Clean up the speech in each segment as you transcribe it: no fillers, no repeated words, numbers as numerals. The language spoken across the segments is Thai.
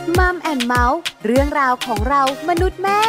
มัมแอนด์เมาส์เรื่องราวของเรามนุษย์แม่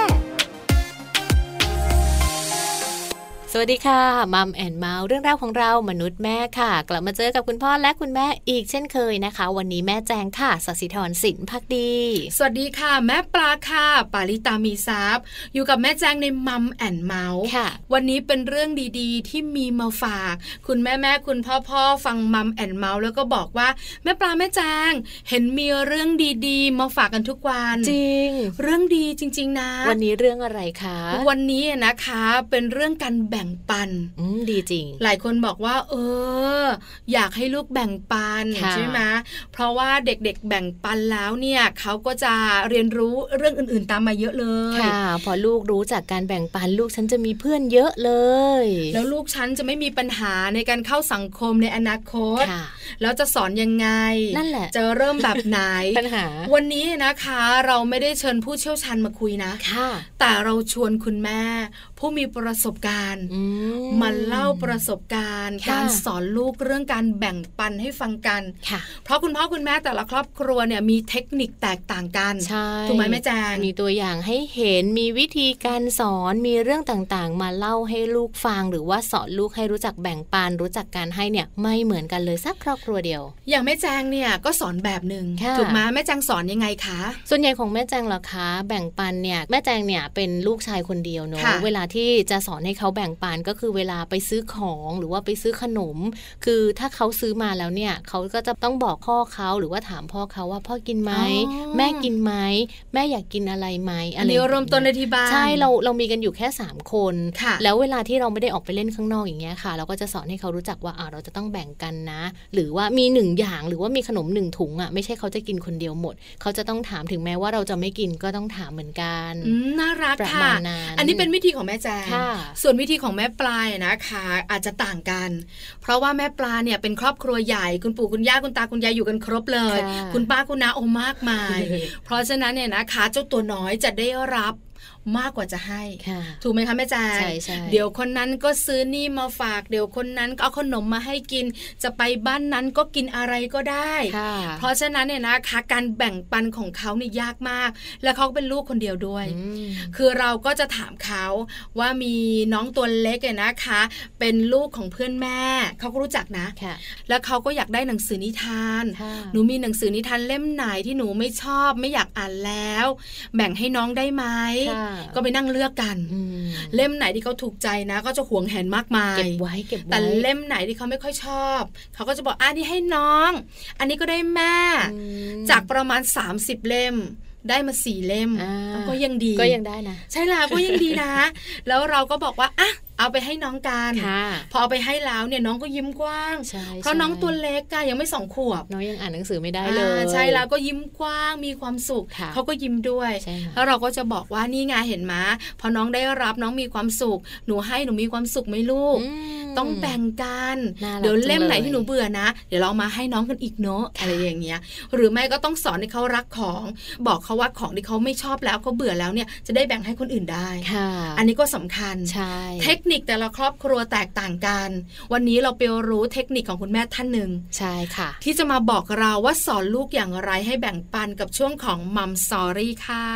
สวัสดีค่ะมัมแอนด์เมาส์เรื่องราวของเรามนุษย์แม่ค่ะกลับมาเจอกับคุณพ่อและคุณแม่อีกเช่นเคยนะคะวันนี้แม่แจงค่ะศศิธรสินภักดีสวัสดีค่ะแม่ปลาค่ะปาริตามีทรัพย์อยู่กับแม่แจงในมัมแอนด์เมาส์วันนี้เป็นเรื่องดีๆที่มีมาฝากคุณแม่คุณพ่อฟังมัมแอนด์เมาส์แล้วก็บอกว่าแม่ปลาแม่แจงเห็นมีเรื่องดีๆมาฝากกันทุกวันจริงเรื่องดีจริงๆนะวันนี้เรื่องอะไรคะวันนี้นะคะเป็นเรื่องการแบ่งปันดีจริงหลายคนบอกว่าอยากให้ลูกแบ่งปันใช่ไหมเพราะว่าเด็กๆแบ่งปันแล้วเนี่ยเขาก็จะเรียนรู้เรื่องอื่นๆตามมาเยอะเลยค่ะพอลูกรู้จากการแบ่งปันลูกฉันจะมีเพื่อนเยอะเลยแล้วลูกฉันจะไม่มีปัญหาในการเข้าสังคมในอนาคตแล้วจะสอนยังไงนั่นแหละจะเริ่มแบบไหนปัญหาวันนี้นะคะเราไม่ได้เชิญผู้เชี่ยวชาญมาคุยนะแต่เราชวนคุณแม่ผู้มีประสบการณ์มาเล่าประสบการณ์การสอนลูกเรื่องการแบ่งปันให้ฟังกันเพราะคุณพ่อคุณแม่แต่ละครอบครัวเนี่ยมีเทคนิคแตกต่างกันถูกไหมแม่แจงมีตัวอย่างให้เห็นมีวิธีการสอนมีเรื่องต่างๆมาเล่าให้ลูกฟังหรือว่าสอนลูกให้รู้จักแบ่งปันรู้จักการให้เนี่ยไม่เหมือนกันเลยสักครอบครัวเดียวอย่างแม่แจงเนี่ยก็สอนแบบนึงถูกไหมแม่แจงสอนยังไงคะส่วนใหญ่ของแม่แจงเหรอคะแบ่งปันเนี่ยแม่แจงเนี่ยเป็นลูกชายคนเดียวเนาะเวลาที่จะสอนให้เขาแบ่งปันก็คือเวลาไปซื้อของหรือว่าไปซื้อขนมคือถ้าเขาซื้อมาแล้วเนี่ยเขาก็จะต้องบอกพ่อเขาหรือว่าถามพ่อเขาว่าพ่อกินไหมแม่กินไหมแม่อยากกินอะไรไหมอันนี้เริ่มต้นในที่บ้านใช่เรามีกันอยู่แค่3คนแล้วเวลาที่เราไม่ได้ออกไปเล่นข้างนอกอย่างเงี้ยค่ะเราก็จะสอนให้เขารู้จักว่าเราจะต้องแบ่งกันนะหรือว่ามี1อย่างหรือว่ามีขนม1ถุงไม่ใช่เขาจะกินคนเดียวหมดเขาจะต้องถามถึงแม้ว่าเราจะไม่กินก็ต้องถามเหมือนกันน่ารักค่ะอันนี้เป็นวิธีของแม่แจงส่วนวิธีของแม่ปลายนะคะอาจจะต่างกันเพราะว่าแม่ปลาเนี่ยเป็นครอบครัวใหญ่คุณปู่คุณย่าคุณตาคุณยายอยู่กันครบเลยคุณป้าคุณน้าโอมากมาย เพราะฉะนั้นเนี่ยนะคะเจ้าตัวน้อยจะได้รับมากกว่าจะให้ถูกไหมคะแม่แจงเดี๋ยวคนนั้นก็ซื้อนี่มาฝากเดี๋ยวคนนั้นก็เอาขนมมาให้กินจะไปบ้านนั้นก็กินอะไรก็ได้เพราะฉะนั้นเนี่ยนะคะการแบ่งปันของเขาเนี่ยยากมากและเขาเป็นลูกคนเดียวด้วยคือเราก็จะถามเขาว่ามีน้องตัวเล็กเนี่ยนะคะเป็นลูกของเพื่อนแม่เขาก็รู้จักนะแล้วเขาก็อยากได้หนังสือนิทานหนูมีหนังสือนิทานเล่มไหนที่หนูไม่ชอบไม่อยากอ่านแล้วแบ่งให้น้องได้ไหมก็ไปนั่งเลือกกันเล่มไหนที่เขาถูกใจนะก็จะหวงแหนมากมายเก็บไว้แต่เล่มไหนที่เขาไม่ค่อยชอบเขาก็จะบอกอันนี้ให้น้องอันนี้ก็ได้แม่จากประมาณ30เล่มได้มา4เล่มก็ยังดีก็ยังได้นะใช่แล้วก็ยังดีนะแล้วเราก็บอกว่าเอาไปให้น้องกันพอเอาไปให้แล้วเนี่ยน้องก็ยิ้มกว้างเพราะน้องตัวเล็กยังไม่2 ขวบน้องยังอ่านหนังสือไม่ได้เลยใช่แล้วก็ยิ้มกว้างมีความสุขเขาก็ยิ้มด้วยแล้วเราก็จะบอกว่านี่ไงเห็นไหมพอน้องได้รับน้องมีความสุขหนูให้หนูมีความสุขไหมลูกต้องแบ่งกันเดี๋ยวเล่มไหนที่หนูเบื่อนะเดี๋ยวเรามาให้น้องกันอีกเนาะอะไรอย่างเงี้ยหรือไม่ก็ต้องสอนให้เขารักของบอกเขาว่าของที่เขาไม่ชอบแล้วเขาเบื่อแล้วเนี่ยจะได้แบ่งให้คนอื่นได้อันนี้ก็สำคัญเทคนิคแต่ละครอบครัวแตกต่างกันวันนี้เราไปรู้เทคนิคของคุณแม่ท่านหนึ่งใช่ค่ะที่จะมาบอกเราว่าสอนลูกอย่างไรให้แบ่งปันกับช่วงของมัมสตอรี่ค่ะ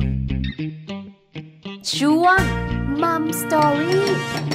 ช่วงมัมสตอรี่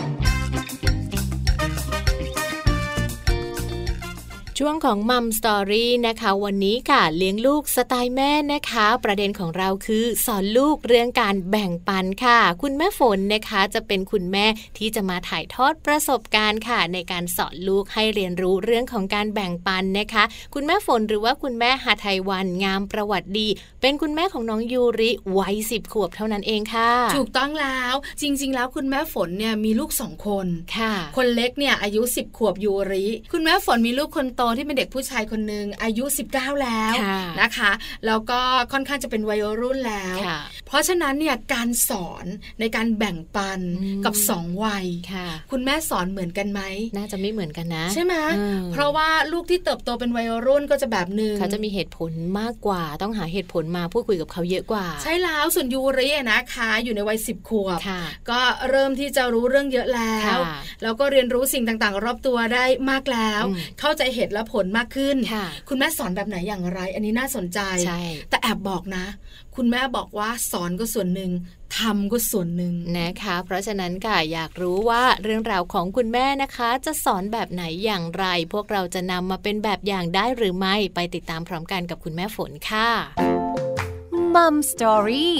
ช่วงของมัมสตอรี่นะคะวันนี้ค่ะเลี้ยงลูกสไตล์แม่นะคะประเด็นของเราคือสอนลูกเรื่องการแบ่งปันค่ะคุณแม่ฝนนะคะจะเป็นคุณแม่ที่จะมาถ่ายทอดประสบการณ์ค่ะในการสอนลูกให้เรียนรู้เรื่องของการแบ่งปันนะคะคุณแม่ฝนหรือว่าคุณแม่หาไทยวันงามประวัติดีเป็นคุณแม่ของน้องยูริวัย10 ขวบเท่านั้นเองค่ะถูกต้องแล้วจริงๆแล้วคุณแม่ฝนเนี่ยมีลูก2 คนค่ะคนเล็กเนี่ยอายุ10 ขวบยูริคุณแม่ฝนมีลูกคนโตที่เป็นเด็กผู้ชายคนนึงอายุ19แล้วนะคะแล้วก็ค่อนข้างจะเป็นวัยรุ่นแล้วเพราะฉะนั้นเนี่ยการสอนในการแบ่งปันกับ2 วัยคุณแม่สอนเหมือนกันไหมน่าจะไม่เหมือนกันนะใช่ไหมเพราะว่าลูกที่เติบโตเป็นวัยรุ่นก็จะแบบนึงเขาจะมีเหตุผลมากกว่าต้องหาเหตุผลมาพูดคุยกับเขาเยอะกว่าใช่แล้วส่วนยูรินะคะอยู่ในวัย10 ขวบก็เริ่มที่จะรู้เรื่องเยอะแล้วแล้วก็เรียนรู้สิ่งต่างๆรอบตัวได้มากแล้วเข้าใจเหตุและผลมากขึ้น คุณแม่สอนแบบไหนอย่างไรอันนี้น่าสนใจแต่แอบบอกนะคุณแม่บอกว่าสอนก็ส่วนหนึ่งทำก็ส่วนหนึ่งนะคะเพราะฉะนั้นค่ะอยากรู้ว่าเรื่องราวของคุณแม่นะคะจะสอนแบบไหนอย่างไรพวกเราจะนำมาเป็นแบบอย่างได้หรือไม่ไปติดตามพร้อมกันกับคุณแม่ฝนค่ะมัมสตอรี่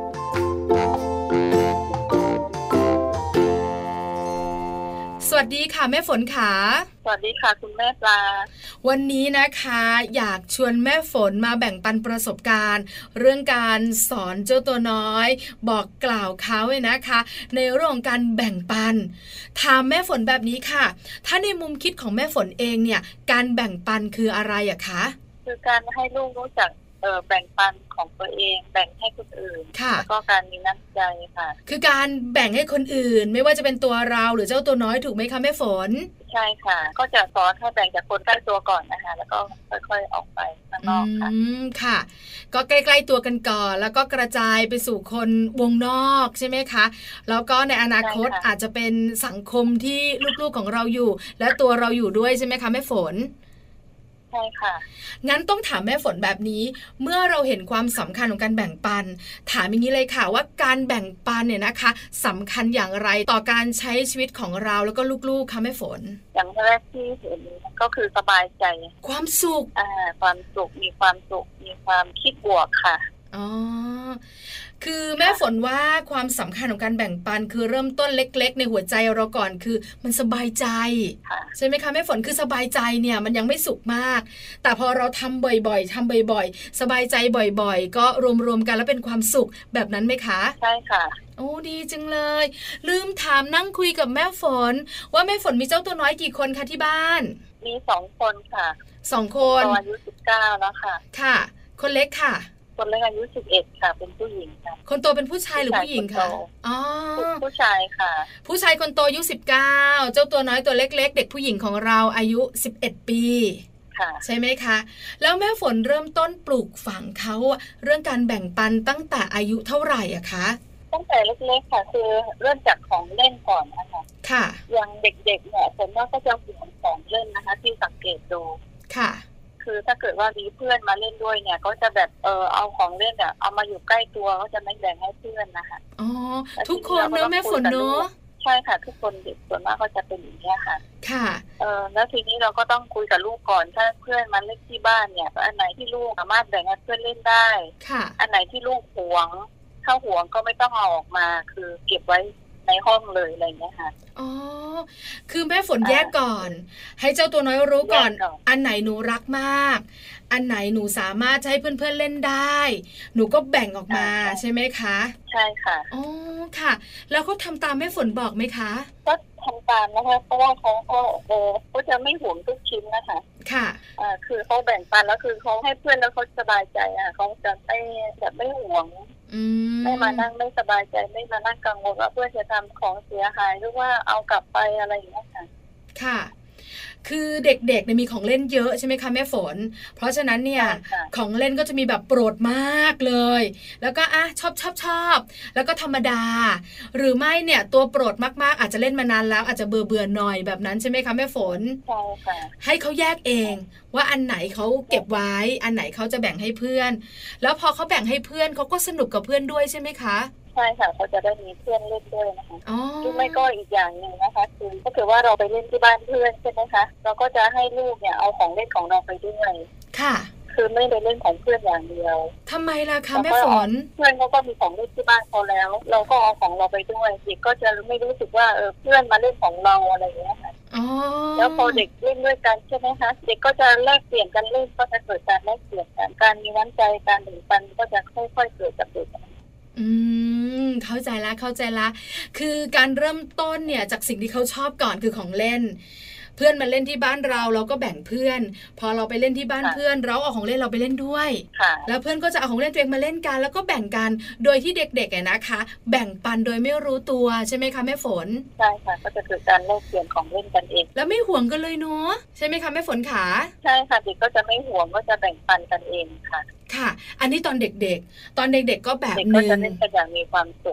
สวัสดีค่ะแม่ฝนค่ะสวัสดีค่ะคุณแม่ปลาวันนี้นะคะอยากชวนแม่ฝนมาแบ่งปันประสบการณ์เรื่องการสอนเจ้าตัวน้อยบอกกล่าวเขาเลยนะคะในเรื่องของการแบ่งปันถามแม่ฝนแบบนี้ค่ะถ้าในมุมคิดของแม่ฝนเองเนี่ยการแบ่งปันคืออะไรอะคะคือการให้ลูกรู้จักแบ่งปันของตัวเองแบ่งให้คนอื่นแล้วก็การมีน้ำใจค่ะคือการแบ่งให้คนอื่นไม่ว่าจะเป็นตัวเราหรือเจ้าตัวน้อยถูกไหมคะแม่ฝนใช่ค่ะก็จะสอนให้แบ่งจากคนใกล้ตัวก่อนนะคะแล้วก็ค่อยๆออกไปข้างนอกค่ะค่ะก็ใกล้ๆตัวกันก่อนแล้วก็กระจายไปสู่คนวงนอกใช่ไหมคะแล้วก็ในอนาคตอาจจะเป็นสังคมที่ลูกๆของเราอยู่และตัวเราอยู่ด้วยใช่ไหมคะแม่ฝนใช่ค่ะงั้นต้องถามแม่ฝนแบบนี้เมื่อเราเห็นความสำคัญของการแบ่งปันถามอย่างนี้เลยค่ะว่าการแบ่งปันเนี่ยนะคะสำคัญอย่างไรต่อการใช้ชีวิตของเราแล้วก็ลูกๆค่ะแม่ฝนอย่างแรกที่เห็นก็คือสบายใจความสุขความสุขมีความสุขมีความคิดบวกค่ะอ๋อคือแม่ฝนว่าความสำคัญของการแบ่งปันคือเริ่มต้นเล็กๆในหัวใจเราก่อนคือมันสบายใจใช่ไหมคะแม่ฝนคือสบายใจเนี่ยมันยังไม่สุขมากแต่พอเราทำบ่อยๆทำบ่อยๆสบายใจบ่อยๆก็รวมๆกันแล้วเป็นความสุขแบบนั้นไหมคะใช่ค่ะโอ้ดีจังเลยลืมถามนั่งคุยกับแม่ฝนว่าแม่ฝนมีเจ้าตัวน้อยกี่คนคะที่บ้านมี2 คนค่ะ 2 คนอายุ19แล้วค่ะค่ะคนเล็กค่ะคนเล็กอายุ11ค่ะเป็นผู้หญิงค่ะคนโตเป็นผู้ชายหรือผู้หญิงคะอ๋อผู้ชายค่ะผู้ชายคนโตอายุ19เจ้าตัวน้อยตัวเล็กๆเด็กผู้หญิงของเราอายุ11 ปีใช่ไหมคะแล้วแม่ฝนเริ่มต้นปลูกฝังเขาเรื่องการแบ่งปันตั้งแต่อายุเท่าไหร่อะคะตั้งแต่เล็กๆค่ะคือเริ่มจากของเล่นก่อนนะคะค่ะอย่างเด็กๆเนี่ยส่วนมากก็จะห่วงของเล่นนะคะที่สังเกตดูค่ะคือถ้าเกิดว่ามีเพื่อนมาเล่นด้วยเนี่ยก็จะแบบเอาของเล่นเนี่ยเอามาอยู่ใกล้ตัวก็จะไม่แบ่งให้เพื่อนนะคะอ๋อทุกคนเนอะแม่ฝนเนอะใช่ค่ะทุกคนเด็กส่วนมากก็จะเป็นอย่างนี้ค่ะค่ะแล้วทีนี้เราก็ต้องคุยกับลูกก่อนถ้าเพื่อนมาเล่นที่บ้านเนี่ยอันไหนที่ลูกสามารถแบ่งให้เพื่อนเล่นได้ค่ะอันไหนที่ลูกหวงถ้าหวงก็ไม่ต้องเอาออกมาคือเก็บไว้ในห้องเลยอะไรเงี้ยค่ะอ๋อคือแม่ฝนแยกก่อนให้เจ้าตัวน้อยรู้ก่อนอันไหนหนูรักมากอันไหนหนูสามารถให้เพื่อนๆเล่นได้หนูก็แบ่งออกมาใช่ไหมคะใช่ค่ะอ๋อค่ะแล้วเขาทำตามแม่ฝนบอกไหมคะก็ทำตามนะคะเพราะว่าเขาก็จะไม่หวงทุกชิ้นนะคะค่ะคือเขาแบ่งปันแล้วคือเขาให้เพื่อนแล้วเขาสบายใจเขาจะไม่หวงไม่มานั่งไม่สบายใจไม่มานั่งกังวลว่าเพื่อนจะทำของเสียหายหรือว่าเอากลับไปอะไรอย่างนี้ค่ะค่ะคือเด็กๆเนี่ยมีของเล่นเยอะใช่ไหมคะแม่ฝนเพราะฉะนั้นเนี่ยของเล่นก็จะมีแบบโปรดมากเลยแล้วก็ชอบแล้วก็ธรรมดาหรือไม่เนี่ยตัวโปรดมากๆอาจจะเล่นมานานแล้วอาจจะเบื่อหน่อยแบบนั้นใช่ไหมคะแม่ฝนใช่ค่ะให้เขาแยกเองว่าอันไหนเขาเก็บไว้อันไหนเขาจะแบ่งให้เพื่อนแล้วพอเขาแบ่งให้เพื่อนเขาก็สนุกกับเพื่อนด้วยใช่ไหมคะใช่ค่ะเขาจะได้มีเพื่อนเล่นด้วยนะคะหรือไม่ก็อีกอย่างหนึ่งนะคะคือถ้าเกิดว่าเราไปเล่นที่บ้านเพื่อนใช่ไหมคะเราก็จะให้ลูกเนี่ยเอาของเล่นของเราไปด้วยค่ะคือไม่ได้เล่นของเพื่อนอย่างเดียวทำไมล่ะคะแม่ฝนเพื่อนเขาก็มีของเล่นที่บ้านเขาแล้วเราก็เอาของเราไปด้วยเด็กก็จะไม่รู้สึกว่าเพื่อนมาเล่นของเราอะไรอย่างเงี้ยค่ะแล้วพอเด็กเล่นด้วยกันใช่ไหมคะเด็กก็จะแลกเปลี่ยนกันเล่นก็จะเกิดการแลกเปลี่ยนกันการมีน้ำใจการแบ่งปันก็จะค่อยๆเกิดกับเด็กเข้าใจละคือการเริ่มต้นเนี่ยจากสิ่งที่เขาชอบก่อนคือของเล่นเพื่อนมาเล่นที่บ้านเราก็แบ่งเพื่อนพอเราไปเล่นที่บ้านเพื่อนเราเอาของเล่นเราไปเล่นด้วยแล้วเพื่อนก็จะเอาของเล่นตัวเองมาเล่นกันแล้วก็แบ่งกันโดยที่เด็กๆนะคะแบ่งปันโดยไม่รู้ตัวใช่ไหมคะแม่ฝนใช่ค่ะก็จะเกิดการแลกเปลี่ยนของเล่นกันเองแล้วไม่ห่วงกันเลยเนาะใช่ไหมคะแม่ฝนขาใช่ค่ะเด็กก็จะไม่ห่วงก็จะแบ่งปันกันเองค่ะค่ะอันนี้ตอนเด็กๆก็แบบนึงก็จะเล่นกันอย่างมีความสุข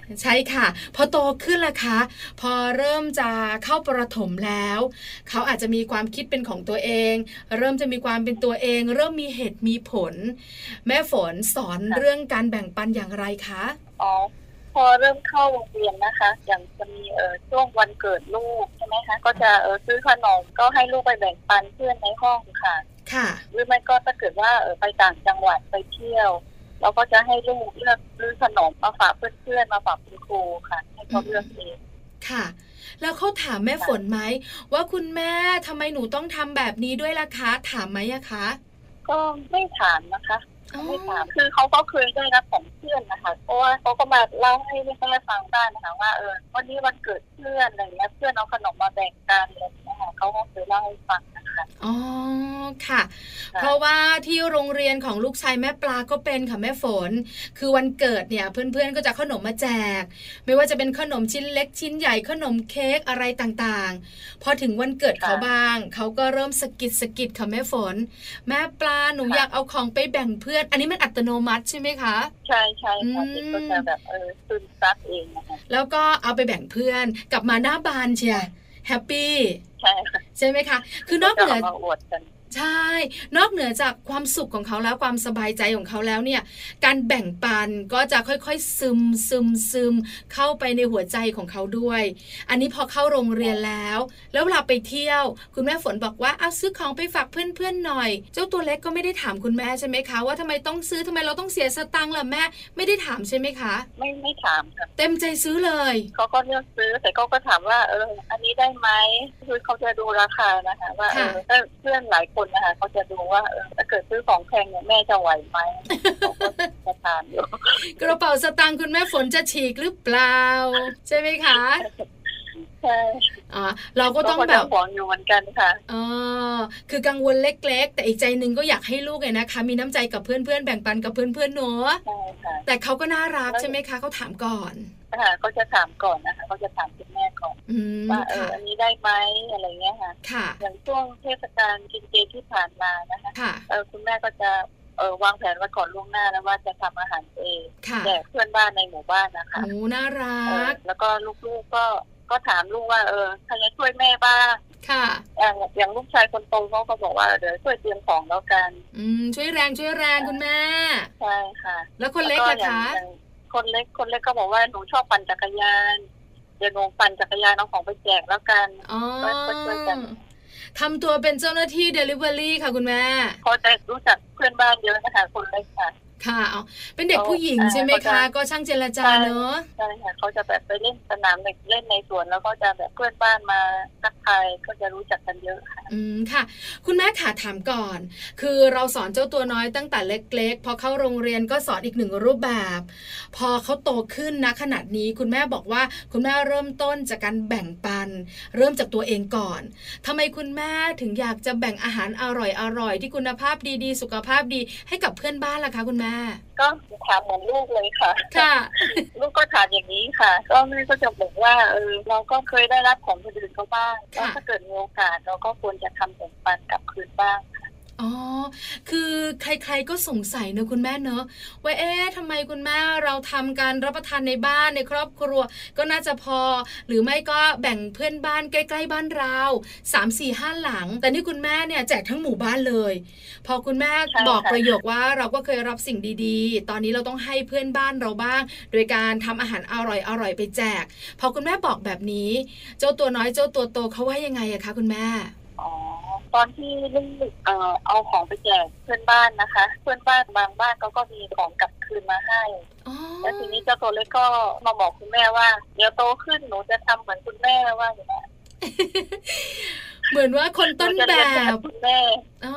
ใช่ค่ะพอโตขึ้นล่ะคะพอเริ่มจะเข้าประถมแล้วเขาอาจจะมีความคิดเป็นของตัวเองเริ่มจะมีความเป็นตัวเองเริ่มมีเหตุมีผลแม่ฝนสอนเรื่องการแบ่งปันอย่างไรคะอ๋อพอเริ่มเข้าโรงเรียนนะคะอย่างจะมีช่วงวันเกิดลูกใช่ไหมคะก็จะซื้อขนมก็ให้ลูกไปแบ่งปันเพื่อนในห้องค่ะค่ะหรือไม่ก็ถ้าเกิดว่าไปต่างจังหวัดไปเที่ยวเราก็จะให้ลูกเลือกซื้อขนมมาฝากเพื่อนๆมาฝากคุณครูค่ะให้เขาเลือกเองค่ะแล้วเขาถามแม่ฝนไหมว่าคุณแม่ทำไมหนูต้องทำแบบนี้ด้วยล่ะคะถามไหมอะคะก็ไม่ถามนะคะไม่ถามคือเขาก็เคยได้รับของเพื่อนนะคะเพราะว่าเขาก็มาเล่าให้แม่ฟังได้นะคะว่าวันนี้วันเกิดเพื่อนอะไรเงี้ยเพื่อนเอาขนมมาแบ่งกันอะไรอย่างเงี้ยค่ะเขาก็เคยเล่าให้ฟังนะคะอ๋อค่ะเพราะว่าที่โรงเรียนของลูกชายแม่ปลาก็เป็นค่ะแม่ฝนคือวันเกิดเนี่ยเพื่อนๆก็จะขนมมาแจกไม่ว่าจะเป็นขนมชิ้นเล็กชิ้นใหญ่ขนมเค้กอะไรต่างๆพอถึงวันเกิดเขาบ้างเขาก็เริ่มสะกิดค่ะแม่ฝนแม่ปลาหนูอยากเอาของไปแบ่งเพื่อนอันนี้มันอัตโนมัติใช่ไหมคะใช่ใช่ค่ะเด็กก็จะแบบซึมซับเองนะคะแล้วก็เอาไปแบ่งเพื่อนกลับมาหน้าบานเชียแฮปปี้ใช่ค่ะใช่ไหมคะคือนอกเหนือใช่ นอกเหนือจากความสุขของเขาแล้วความสบายใจของเขาแล้วเนี่ยการแบ่งปันก็จะค่อยๆซึมเข้าไปในหัวใจของเขาด้วยอันนี้พอเข้าโรงเรียนแล้วเวลาไปเที่ยวคุณแม่ฝนบอกว่าเอาซื้อของไปฝากเพื่อนๆหน่อยเจ้าตัวเล็กก็ไม่ได้ถามคุณแม่ใช่ไหมคะว่าทำไมต้องซื้อทำไมเราต้องเสียสตังค์ล่ะแม่ไม่ได้ถามใช่ไหมคะไม่ถามค่ะเต็มใจซื้อเลยเขาก็เลือกซื้อแต่ก็ถามว่าอันนี้ได้ไหมคือเขาจะดูราคานะคะว่าถ้าเพื่อนหลายคนนะคะเขาจะดูว่าถ้าเกิดซื้อของแพงเนี่ยแม่จะไหวไหมเขาก็จะถามอยู่กระเป๋าสตางค์คุณแม่ฝนจะฉีกหรือเปล่าใช่ไหมคะใช่เราก็ต้องแบบห่วงอยู่เหมือนกันค่ะคือกังวลเล็กๆแต่อีกใจนึงก็อยากให้ลูกเนี่ยนะคะมีน้ำใจกับเพื่อนๆแบ่งปันกับเพื่อนๆเนอะใช่ค่ะแต่เขาก็น่ารักใช่ไหมคะเขาถามก่อนเขาจะถามก่อนนะคะเขาจะถามคุณแม่ก่อนว่าอันนี้ได้ไหมอะไรเงี้ยค่ะอย่างช่วงเทศกาลกินเจที่ผ่านมานะคะคุณแม่ก็จะวางแผนไว้ก่อนล่วงหน้าแล้วว่าจะทำอาหารเองแจกเพื่อนบ้านในหมู่บ้านนะคะน่ารักแล้วก็ลูกๆก็ถามลูกว่าใครจะช่วยแม่บ้างค่ะอย่างลูกชายคนโตเขาก็บอกว่าเดี๋ยวช่วยเตรียมของแล้วกันช่วยแรงคุณแม่ใช่ค่ะแล้วคนเล็กล่ะคะคนเล็กก็บอกว่าหนูชอบปั่นจักรยานเดี๋ยวหนูปั่นจักรยานเอาของไปแจกแล้วกันก็ช่วยกันทำตัวเป็นเจ้าหน้าที่ Delivery ค่ะคุณแม่เขาจะรู้จักเพื่อนบ้านเยอะนะคะคนเล็กค่ะค่ะเป็นเด็กผู้หญิงใช่ไหมคะก็ช่างเจรจาเนอะใช่ค่ะเขาจะแบบไปเล่นสนามเด็กเล่นในสวนแล้วก็จะแบบเพื่อนบ้านมาทักทายก็จะรู้จักกันเยอะค่ะค่ะคุณแม่ขาถามก่อนคือเราสอนเจ้าตัวน้อยตั้งแต่เล็กๆพอเข้าโรงเรียนก็สอนอีกหนึ่งรูปแบบพอเขาโตขึ้นนะขนาดนี้คุณแม่บอกว่าคุณแม่เริ่มต้นจากการแบ่งปันเริ่มจากตัวเองก่อนทำไมคุณแม่ถึงอยากจะแบ่งอาหารอร่อยที่คุณภาพดีๆสุขภาพดีให้กับเพื่อนบ้านล่ะคะคุณแม่ก็ถามเหมือนลูกเลยค่ะค่ะลูกก็ถามอย่างนี้ค่ะก็แม่ก็จะบอกว่าเราก็เคยได้รับของคนอื่นเขาบ้างแล้วถ้าเกิดมีโอกาสเราก็ควรจะทำแบ่งปันกลับคืนบ้างอ๋อคือใครๆก็สงสัยเนอะคุณแม่เนอะว่าทำไมคุณแม่เราทำการรับประทานในบ้านในครอบครัวก็น่าจะพอหรือไม่ก็แบ่งเพื่อนบ้านใกล้ๆบ้านเรา3-4-5หลังแต่นี่คุณแม่เนี่ยแจกทั้งหมู่บ้านเลยพอคุณแม่บอกประโยคว่าเราก็เคยรับสิ่งดีๆตอนนี้เราต้องให้เพื่อนบ้านเราบ้างโดยการทำอาหารอร่อยไปแจกพอคุณแม่บอกแบบนี้เจ้าตัวน้อยเจ้าตัวโตเขาว่ายังไงอะคะคุณแม่ตอนที่ลูกเอาของไปแจกเพื่อนบ้านนะคะเพื่อนบ้านบางบ้านก็มีของกลับคืนมาให้แล้วทีนี้เจ้าตัวเล็กก็มาบอกคุณแม่ว่าเดี๋ยวโตขึ้นหนูจะทำเหมือนคุณแม่ว่าอย่างนี้เหมือนว่าคนต้นแบบคุณแม่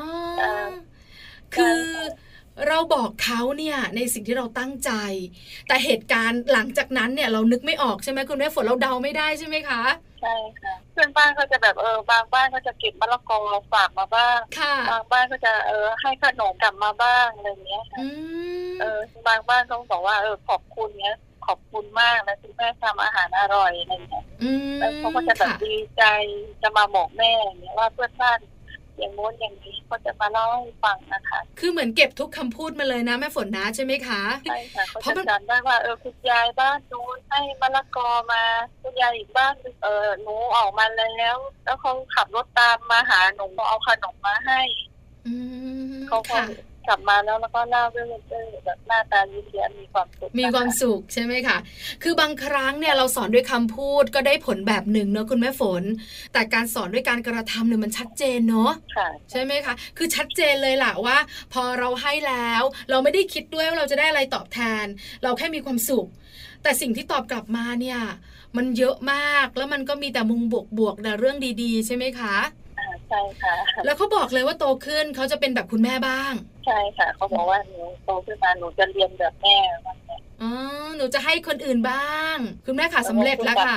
คือเราบอกเขาเนี่ยในสิ่งที่เราตั้งใจแต่เหตุการณ์หลังจากนั้นเนี่ยเรานึกไม่ออกใช่ไหมคุณแม่ฝนเราเดาไม่ได้ใช่ไหมคะใช่ค่ะเพื่อนบ้านก็จะแบบบางบ้านก็จะเก็บมะละกอฝากมาบ้างบางบ้านก็จะให้ขนมกลับมาบ้างอะไรเงี้ยค่ะบางบ้านเขาบอกว่าขอบคุณเนี้ยขอบคุณมากนะคุณแม่ทำอาหารอร่อยอะไรเงี้ยแล้วเขาก็จะแบบดีใจจะมาบอกแม่เนี้ยว่าเพื่อนบ้านอย่างโน้นอย่างนี้เขาจะมาเล่าให้ฟังนะคะคือเหมือนเก็บทุกคำพูดมาเลยนะแม่ฝนนะใช่ไหมคะใช่ค่ะเขาจะจำได้ว่าคุณยายบ้านโน้นให้มะละกอมาคุณยายอีกบ้านหนูออกมาแล้วเขาขับรถตามมาหาหนูเอาขนมมาให้เขากลับมาแล้วก็เล่าเรื่องแบบหน้าตายิ้มแย้มมีความสุขใช่ไหมคะคือบางครั้งเนี่ยเราสอนด้วยคำพูดก็ได้ผลแบบหนึ่งเนอะคุณแม่ฝนแต่การสอนด้วยการกระทำเนี่ยมันชัดเจนเนอะใช่ไหมคะคือชัดเจนเลยล่ะว่าพอเราให้แล้วเราไม่ได้คิดด้วยว่าเราจะได้อะไรตอบแทนเราแค่มีความสุขแต่สิ่งที่ตอบกลับมาเนี่ยมันเยอะมากแล้วมันก็มีแต่มุมบวกๆแต่เรื่องดีๆใช่ไหมคะใช่ค่ะแล้วเขาบอกเลยว่าโตขึ้นเขาจะเป็นแบบคุณแม่บ้างใช่ค่ะเขาบอกว่าหนูโตขึ้นมาหนูจะเรียนแบบแม่หนูจะให้คนอื่นบ้างคุณแม่ค่ะสำเร็จแล้วค่ะ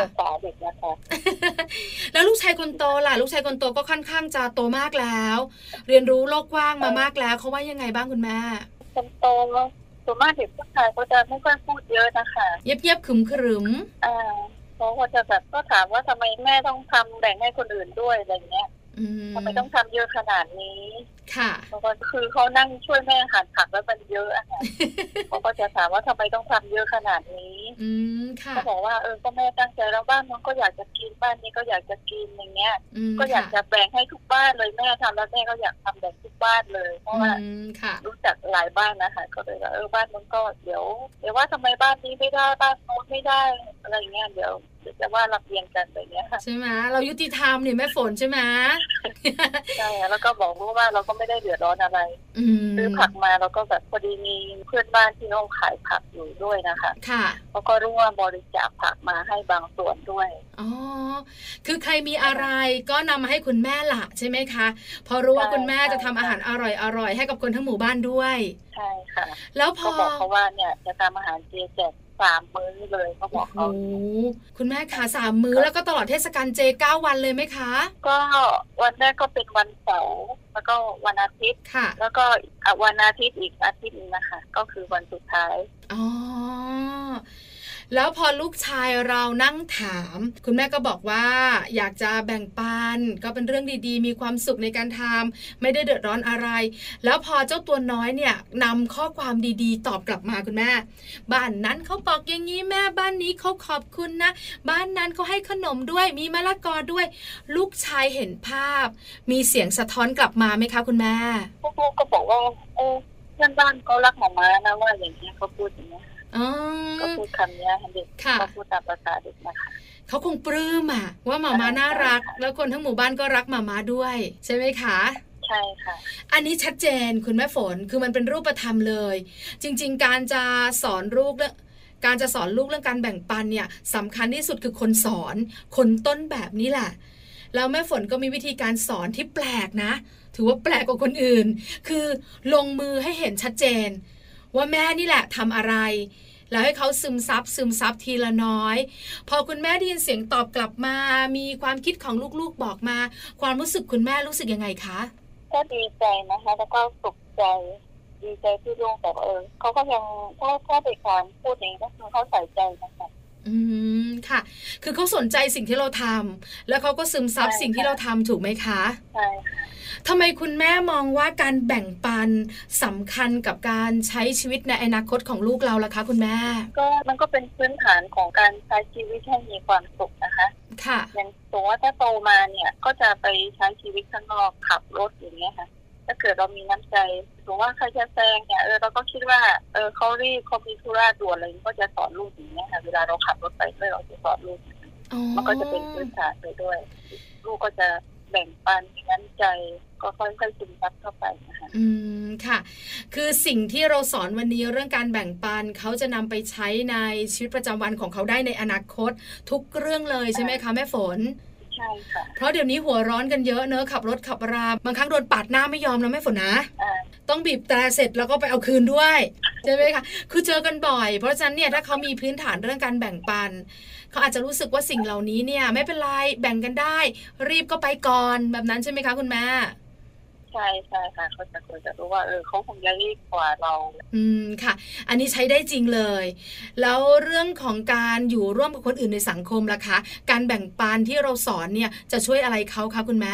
แล้วลูกชายคนโตล่ะลูกชายคนโตก็ค่อนข้างจะโตมากแล้วเรียนรู้โลกกว้างมามากแล้วเขาว่ายังไงบ้างคุณแม่คนโตส่วนมากเด็กผู้ชายเขาจะไม่ค่อยพูดเยอะนะคะเย็บๆขึมๆเขาจะแบบก็ถามว่าทำไมแม่ต้องทำแบ่งให้คนอื่นด้วยอะไรเงี้ยทำไมต้องทำเยอะขนาดนี้ค่ะคือเขานั่งช่วยแม่หั่นผักแล้วมันเยอะอะค่ะเขาก็จะถามว่าทำไมต้องทำเยอะขนาดนี้เขาบอกว่าก็แม่ตั้งใจแล้วบ้านนู้นก็อยากจะกินบ้านนี้ก็อยากจะกินอย่างเงี้ยก็อยากจะแบ่งให้ทุกบ้านเลยแม่ทำแล้วแม่ก็อยากทำแบ่งทุกบ้านเลยเพราะว่ารู้จักหลายบ้านนะคะก็เลยว่าบ้านนู้นก็เดี๋ยวว่าทำไมบ้านนี้ไม่ได้บ้านโน้นไม่ได้อะไรเงี้ยเดี๋ยวจะว่ารับเรียนกันอะไรเงี้ยใช่ไหมเรายุติธรรมเนี่ยแม่ฝนใช่ไหมใช่แล้วก็บอกว่าเราก็ไม่ได้เดือดร้อนอะไรซื้อผักมาแล้วก็แบบพอดีมีเพื่อนบ้านที่เขาขายผักอยู่ด้วยนะคะค่ะเขาก็ร่วมบริจาคผักมาให้บางส่วนด้วยอ๋อคือใครมีอะไรก็นำมาให้คุณแม่ละใช่ไหมคะพอรู้ว่าคุณแม่จะทำอาหารอร่อยให้กับคนทั้งหมู่บ้านด้วยใช่ค่ะแล้วพอบอกเขาว่าเนี่ยจะทำอาหารเจแจก3 มื้อเลยเขาบอกเขาคุณแม่คะ3 มื้อแล้วก็ตลอดเทศกาลเจ9 วันเลยไหมคะก็วันแรกก็เป็นวันเสาร์แล้วก็วันอาทิตย์ค่ะแล้วก็วันอาทิตย์อีกอาทิตย์นึงนะคะก็คือวันสุดท้ายอ๋อแล้วพอลูกชายเรานั่งถามคุณแม่ก็บอกว่าอยากจะแบ่งปันก็เป็นเรื่องดีๆมีความสุขในการทำไม่ได้เดือดร้อนอะไรแล้วพอเจ้าตัวน้อยเนี่ยนำข้อความดีๆตอบกลับมาคุณแม่บ้านนั้นเขาบอกอย่างนี้แม่บ้านนี้เขาขอบคุณนะบ้านนั้นเขาให้ขนมด้วยมีมะละกอด้วยลูกชายเห็นภาพมีเสียงสะท้อนกลับมาไหมคะคุณแม่ลูกก็บอกว่าเพื่อนบ้านเขารักหม่าม้านะว่าอย่างนี้เขาพูดอย่างนี้ก็พูดคำนี้เด็กก็พูดตามภาษาเด็กนะคะเขาคงปลื้มอะว่าหม่าม้าน่ารักแล้วคนทั้งหมู่บ้านก็รักหม่าม้าด้วยใช่ไหมคะใช่ค่ะอันนี้ชัดเจนคุณแม่ฝนคือมันเป็นรูปธรรมเลยจริงๆการจะสอนลูกเรื่องการแบ่งปันเนี่ยสำคัญที่สุดคือคนสอนคนต้นแบบนี้แหละแล้วแม่ฝนก็มีวิธีการสอนที่แปลกนะถือว่าแปลกกว่าคนอื่นคือลงมือให้เห็นชัดเจนว่าแม่นี่แหละทำอะไรแล้วให้เขาซึมซับทีละน้อยพอคุณแม่ได้ยินเสียงตอบกลับมามีความคิดของลูกๆบอกมาความรู้สึกคุณแม่รู้สึกยังไงคะก็ดีใจนะคะแล้วก็สุขใจดีใจที่ลูกแบบเขาก็ยังถ้าเด็กถามพูดอย่างนี้ก็คือเขาใส่ใจนะคะค่ะคือเขาสนใจสิ่งที่เราทำแล้วเขาก็ซึมซับสิ่งที่เราทำถูกไหมคะใช่ค่ะทำไมคุณแม่มองว่าการแบ่งปันสำคัญกับการใช้ชีวิตในอนาคตของลูกเราล่ะคะคุณแม่ก็มันก็เป็นพื้นฐานของการใช้ชีวิตให้มีความสุขนะคะค่ะอย่างตัวว่าถ้าโตมาเนี่ยก็จะไปใช้ชีวิตข้างนอกขับรถอย่างเงี้ยค่ะถ้าเกิดเรามีน้ำใจถือว่าใครจะแซงเนี่ยเราก็คิดว่าเขารีบเขามีธุระด่วนอะไรก็จะสอนลูกอย่างเงี้ยค่ะเวลาเราขับรถไปเพื่อเราจะสอนลูกมันก็จะเป็นพื้นฐานไปด้วยลูกก็จะแบ่งปันมีน้ำใจก็ค่อยๆซึมซับเข้าไปนะคะค่ะคือสิ่งที่เราสอนวันนี้เรื่องการแบ่งปันเขาจะนำไปใช้ในชีวิตประจำวันของเขาได้ในอนาคตทุกเรื่องเลยใช่ไหมคะแม่ฝนใช่ค่ะเพราะเดี๋ยวนี้หัวร้อนกันเยอะเนอะขับรถขับราบางครั้งโดนปาดหน้าไม่ยอมนะแม่ฝนนะต้องบีบแตรเสร็จแล้วก็ไปเอาคืนด้วยใช่ไหมคะคือเจอกันบ่อยเพราะฉะนั้นเนี่ยถ้าเขามีพื้นฐานเรื่องการแบ่งปันเขาอาจจะรู้สึกว่าสิ่งเหล่านี้เนี่ยไม่เป็นไรแบ่งกันได้รีบก็ไปก่อนแบบนั้นใช่ไหมคะคุณแม่ใช่ใช่ค่ะเขาจะรู้ว่าเขาคงจะรีบกว่าเราค่ะอันนี้ใช้ได้จริงเลยแล้วเรื่องของการอยู่ร่วมกับคนอื่นในสังคมล่ะคะการแบ่งปันที่เราสอนเนี่ยจะช่วยอะไรเขาคะคุณแม่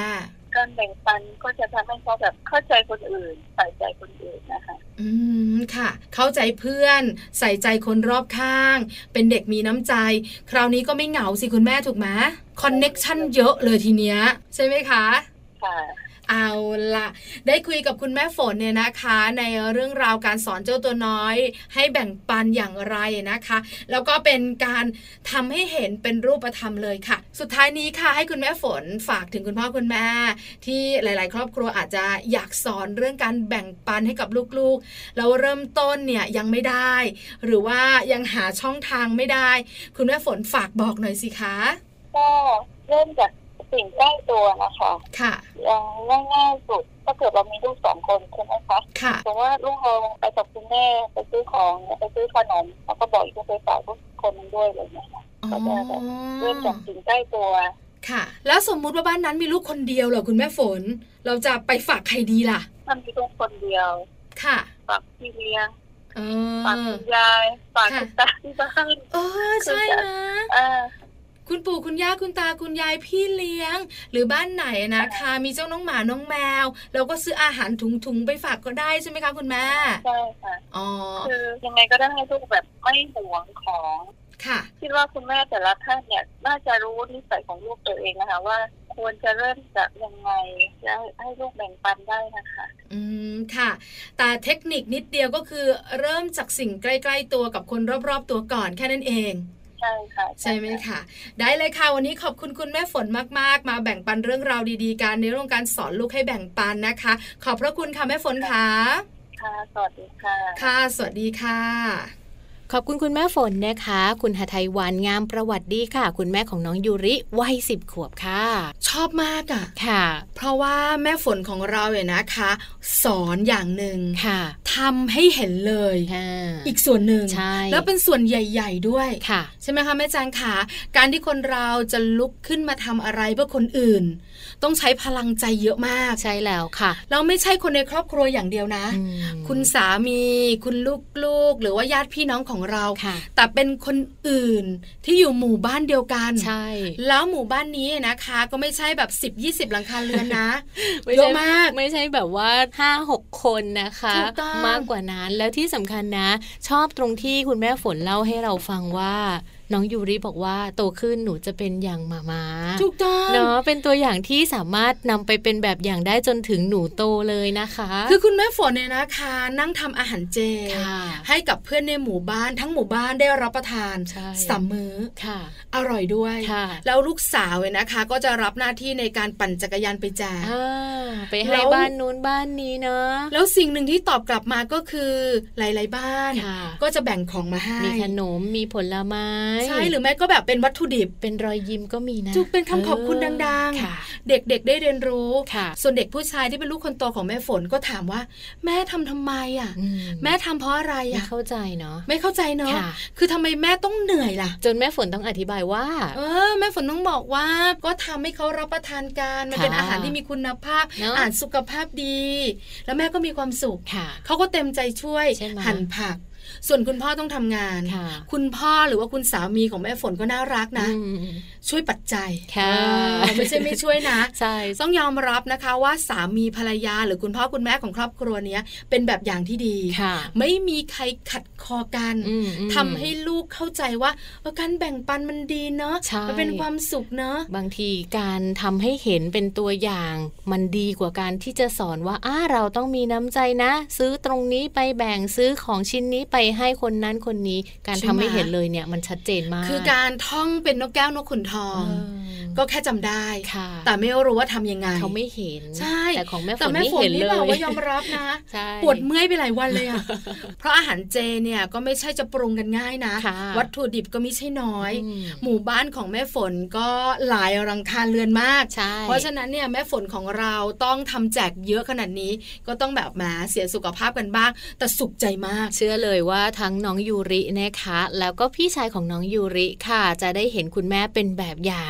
การแบ่งปันก็จะทำให้เขาแบบเข้าใจคนอื่นใส่ใจคนอื่นนะคะค่ะเข้าใจเพื่อนใส่ใจคนรอบข้างเป็นเด็กมีน้ำใจคราวนี้ก็ไม่เหงาสิคุณแม่ถูกไหมคอนเน็กชันเยอะเลยทีเนี้ยใช่ไหมคะค่ะเอาล่ะได้คุยกับคุณแม่ฝนเนี่ยนะคะในเรื่องราวการสอนเจ้าตัวน้อยให้แบ่งปันอย่างไรนะคะแล้วก็เป็นการทำให้เห็นเป็นรูปธรรมเลยค่ะสุดท้ายนี้ค่ะให้คุณแม่ฝนฝากถึงคุณพ่อคุณแม่ที่หลายๆครอบครัวอาจจะอยากสอนเรื่องการแบ่งปันให้กับลูกๆแล้วเริ่มต้นเนี่ยยังไม่ได้หรือว่ายังหาช่องทางไม่ได้คุณแม่ฝนฝากบอกหน่อยสิคะก็เริ่มจากสิ่งใกล้ตัวนะคะค่ะอย่างง่ายๆสุดถ้าเกิดเรามีลูก2 คนใช่ไหมคะค่ะแต่ว่าลูกเราไปกับคุณแม่ไปซื้อของไปซื้อขนมแล้วก็บอกจะไปฝากลูกคนด้วยเลยนะคะก็จะแบบเริ่มจากสิ่งใกล้ตัวค่ะแล้วสมมุติว่าบ้านนั้นมีลูกคนเดียวเหรอคุณแม่ฝนเราจะไปฝากใครดีล่ะถ้ามีลูกคนเดียวค่ะฝากพี่เลี้ยงฝากคุณยายฝากคุณตาที่บ้านใช่นะคุณปู่คุณย่าคุณตาคุณยายพี่เลี้ยงหรือบ้านไหนนะคะมีเจ้าน้องหมาน้องแมวเราก็ซื้ออาหารถุงๆไปฝากก็ได้ใช่ไหมคะคุณแม่ใช่ค่ะคือยังไงก็ได้ให้ลูกแบบไม่หวงของค่ะคิดว่าคุณแม่แต่ละท่านเนี่ยน่าจะรู้นิสัยของลูกตัวเองนะคะว่าควรจะเริ่มจากยังไงจะให้ลูกแบ่งปันได้นะคะค่ะแต่เทคนิคนิดเดียวก็คือเริ่มจากสิ่งใกล้ๆตัวกับคนรอบๆตัวก่อนแค่นั้นเองใช่ค่ะใช่ไหมคะได้เลยค่ะวันนี้ขอบคุณคุณแม่ฝนมากๆมาแบ่งปันเรื่องราวดีๆกันในเรื่องการสอนลูกให้แบ่งปันนะคะขอบพระคุณค่ะแม่ฝนค่ะค่ะสวัสดีค่ะค่ะสวัสดีค่ะขอบคุณคุณแม่ฝนนะคะคุณหทัยวันงามประวัติดีค่ะคุณแม่ของน้องยูริวัย10 ขวบค่ะชอบมากอ่ะค่ะเพราะว่าแม่ฝนของเราเนี่ยนะคะสอนอย่างหนึ่งค่ะทำให้เห็นเลยอีกส่วนหนึ่งแล้วเป็นส่วนใหญ่ๆด้วยค่ะใช่ไหมคะแม่จางขาการที่คนเราจะลุกขึ้นมาทำอะไรเพื่อคนอื่นต้องใช้พลังใจเยอะมากใช่แล้วค่ะเราไม่ใช่คนในครอบครัวอย่างเดียวนะคุณสามีคุณลูกๆหรือว่าญาติพี่น้องของเราแต่เป็นคนอื่นที่อยู่หมู่บ้านเดียวกันใช่แล้วหมู่บ้านนี้นะคะก็ไม่ใช่แบบ10-20 หลังคาเรือนนะเยอะมากไม่ใช่แบบว่า 5-6 คนนะคะมากกว่านั้นแล้วที่สำคัญนะชอบตรงที่คุณแม่ฝนเล่าให้เราฟังว่าน้องยูริบอกว่าโตขึ้นหนูจะเป็นอย่างหม่าถูกต้องเนาะเป็นตัวอย่างที่สามารถนำไปเป็นแบบอย่างได้จนถึงหนูโตเลยนะคะคือคุณแม่ฝนเนี่ยนะคะนั่งทำอาหารเจให้กับเพื่อนในหมู่บ้านทั้งหมู่บ้านได้รับประทาน3 มื้ออร่อยด้วยแล้วลูกสาวเนี่ยนะคะก็จะรับหน้าที่ในการปั่นจักรยานไปแจกไปให้บ้านนู้นบ้านนี้เนาะแล้วสิ่งหนึ่งที่ตอบกลับมาก็คือหลายๆบ้านก็จะแบ่งของมาให้มีขนมมีผลไม้ใช่หรือแม้ก็แบบเป็นวัตถุดิบเป็นรอยยิ้มก็มีนะจุกเป็นคำขอบคุณดังๆเด็กๆได้เรียนรู้ส่วนเด็กผู้ชายที่เป็นลูกคนโตของแม่ฝนก็ถามว่าแม่ทำไมอ่ะแม่ทำเพราะอะไรอ่ะไม่เข้าใจเนาะไม่เข้าใจเนาะคือทำไมแม่ต้องเหนื่อยล่ะจนแม่ฝนต้องอธิบายว่าแม่ฝนต้องบอกว่าก็ทำให้เขารับประทานกันมันเป็นอาหารที่มีคุณภาพอาหารสุขภาพดีแล้วแม่ก็มีความสุขเขาก็เต็มใจช่วยหั่นผักส่วนคุณพ่อต้องทำงานคุณพ่อหรือว่าคุณสามีของแม่ฝนก็น่ารักนะช่วยปัจจัยไม่ใช่ไม่ช่วยนะต้องยอมรับนะคะว่าสามีภรรยาหรือคุณพ่อคุณแม่ของครอบครัวนี้เป็นแบบอย่างที่ดีไม่มีใครขัดคอกันทำให้ลูกเข้าใจว่าการแบ่งปันมันดีเนาะมันเป็นความสุขเนาะบางทีการทำให้เห็นเป็นตัวอย่างมันดีกว่าการที่จะสอนว่าเราต้องมีน้ำใจนะซื้อตรงนี้ไปแบ่งซื้อของชิ้นนี้ไปให้คนนั้นคนนี้การทำให้เห็นเลยเนี่ยมันชัดเจนมากคือการท่องเป็นนกแก้วนกขุนทองก็แค่จำได้แต่ไม่รู้ว่าทำยังไงเขาไม่เห็นใช่แต่ของแม่ฝนนี่เห็นเลยว่ายอมรับนะปวดเมื่อยไปหลายวันเลยอ่ะเพราะอาหารเจเนี่ยก็ไม่ใช่จะปรุงกันง่ายนะวัตถุดิบก็ไม่ใช่น้อยหมู่บ้านของแม่ฝนก็หลายรังคาเรือนมากเพราะฉะนั้นเนี่ยแม่ฝนของเราต้องทำแจกเยอะขนาดนี้ก็ต้องแบบแหมเสียสุขภาพกันบ้างแต่สุขใจมากเชื่อเลยว่าทั้งน้องยูรินะคะแล้วก็พี่ชายของน้องยูริค่ะจะได้เห็นคุณแม่เป็นแบบอย่างและรู้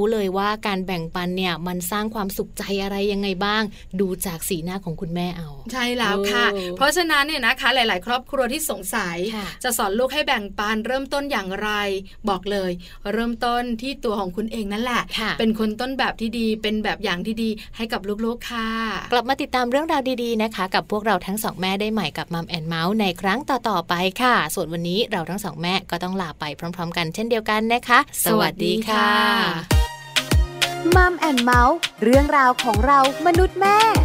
รู้เลยว่าการแบ่งปันเนี่ยมันสร้างความสุขใจอะไรยังไงบ้างดูจากสีหน้าของคุณแม่เอาใช่แล้วค่ะเพราะฉะนั้นเนี่ยนะคะหลายๆครอบครัวที่สงสัยจะสอนลูกให้แบ่งปันเริ่มต้นอย่างไรบอกเลยเริ่มต้นที่ตัวของคุณเองนั่นแหละเป็นคนต้นแบบที่ดีเป็นแบบอย่างที่ดีให้กับลูกๆค่ะกลับมาติดตามเรื่องราวดีๆนะคะกับพวกเราทั้งสองแม่ได้ใหม่กับมัมแอนด์เมาส์ในครั้งต่อๆไปค่ะส่วนวันนี้เราทั้งสองแม่ก็ต้องลาไปพร้อมๆกันเช่นเดียวกันนะคะสวัสดีค่ะมัมแอนด์เมาส์เรื่องราวของเรามนุษย์แม่